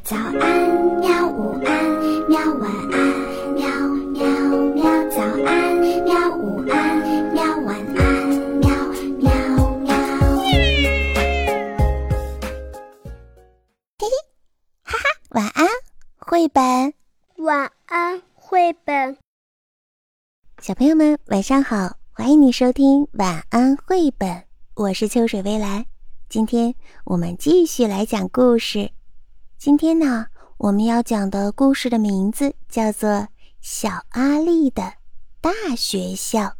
早安喵，午安喵，晚安喵喵喵，早安喵，午安喵，晚安喵喵喵。 嘿嘿，哈哈，晚安绘本。 晚安绘本。 小朋友们晚上好，欢迎你收听晚安绘本，我是秋水微澜。今天我们继续来讲故事。今天呢，我们要讲的故事的名字叫做小阿力的大学校。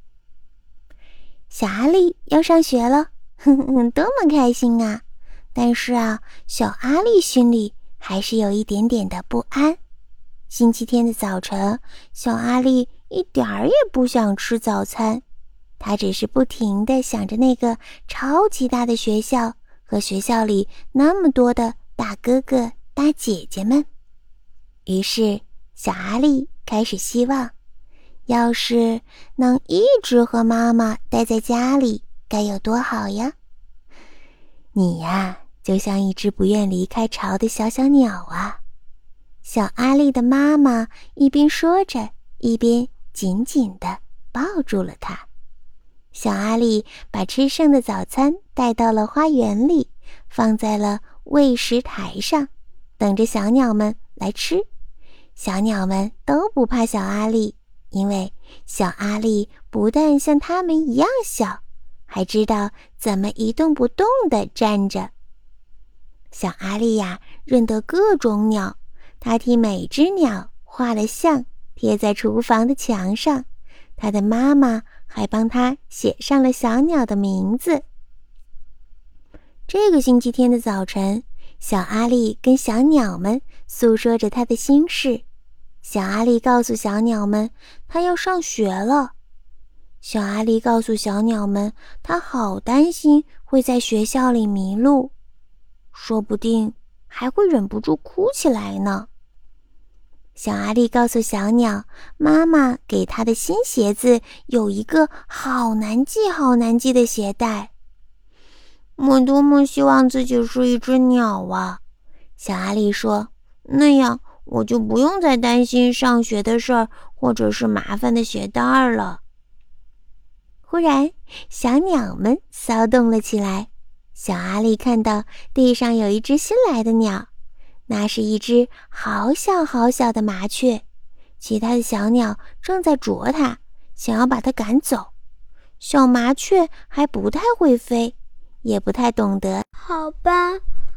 小阿力要上学了，多么开心啊！但是啊，小阿力心里还是有一点点的不安。星期天的早晨，小阿力一点儿也不想吃早餐，他只是不停地想着那个超级大的学校和学校里那么多的大哥哥大姐姐们。于是小阿力开始希望，要是能一直和妈妈待在家里该有多好呀。你呀，就像一只不愿离开巢的小小鸟啊。小阿力的妈妈一边说着，一边紧紧地抱住了他。小阿力把吃剩的早餐带到了花园里，放在了喂食台上，等着小鸟们来吃。小鸟们都不怕小阿力，因为小阿力不但像它们一样小，还知道怎么一动不动地站着。小阿力呀，认得各种鸟，他替每只鸟画了像，贴在厨房的墙上。他的妈妈还帮他写上了小鸟的名字。这个星期天的早晨，小阿力跟小鸟们诉说着他的心事。小阿力告诉小鸟们，他要上学了。小阿力告诉小鸟们，他好担心会在学校里迷路，说不定还会忍不住哭起来呢。小阿力告诉小鸟，妈妈给他的新鞋子有一个好难系好难系的鞋带。我多么希望自己是一只鸟啊，小阿力说，那样我就不用再担心上学的事儿或者是麻烦的鞋带了。忽然小鸟们骚动了起来，小阿力看到地上有一只新来的鸟，那是一只好小好小的麻雀，其他的小鸟正在啄它，想要把它赶走。小麻雀还不太会飞，也不太懂得。 好吧，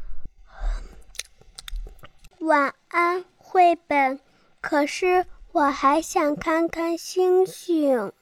晚安绘本。可是我还想看看星星。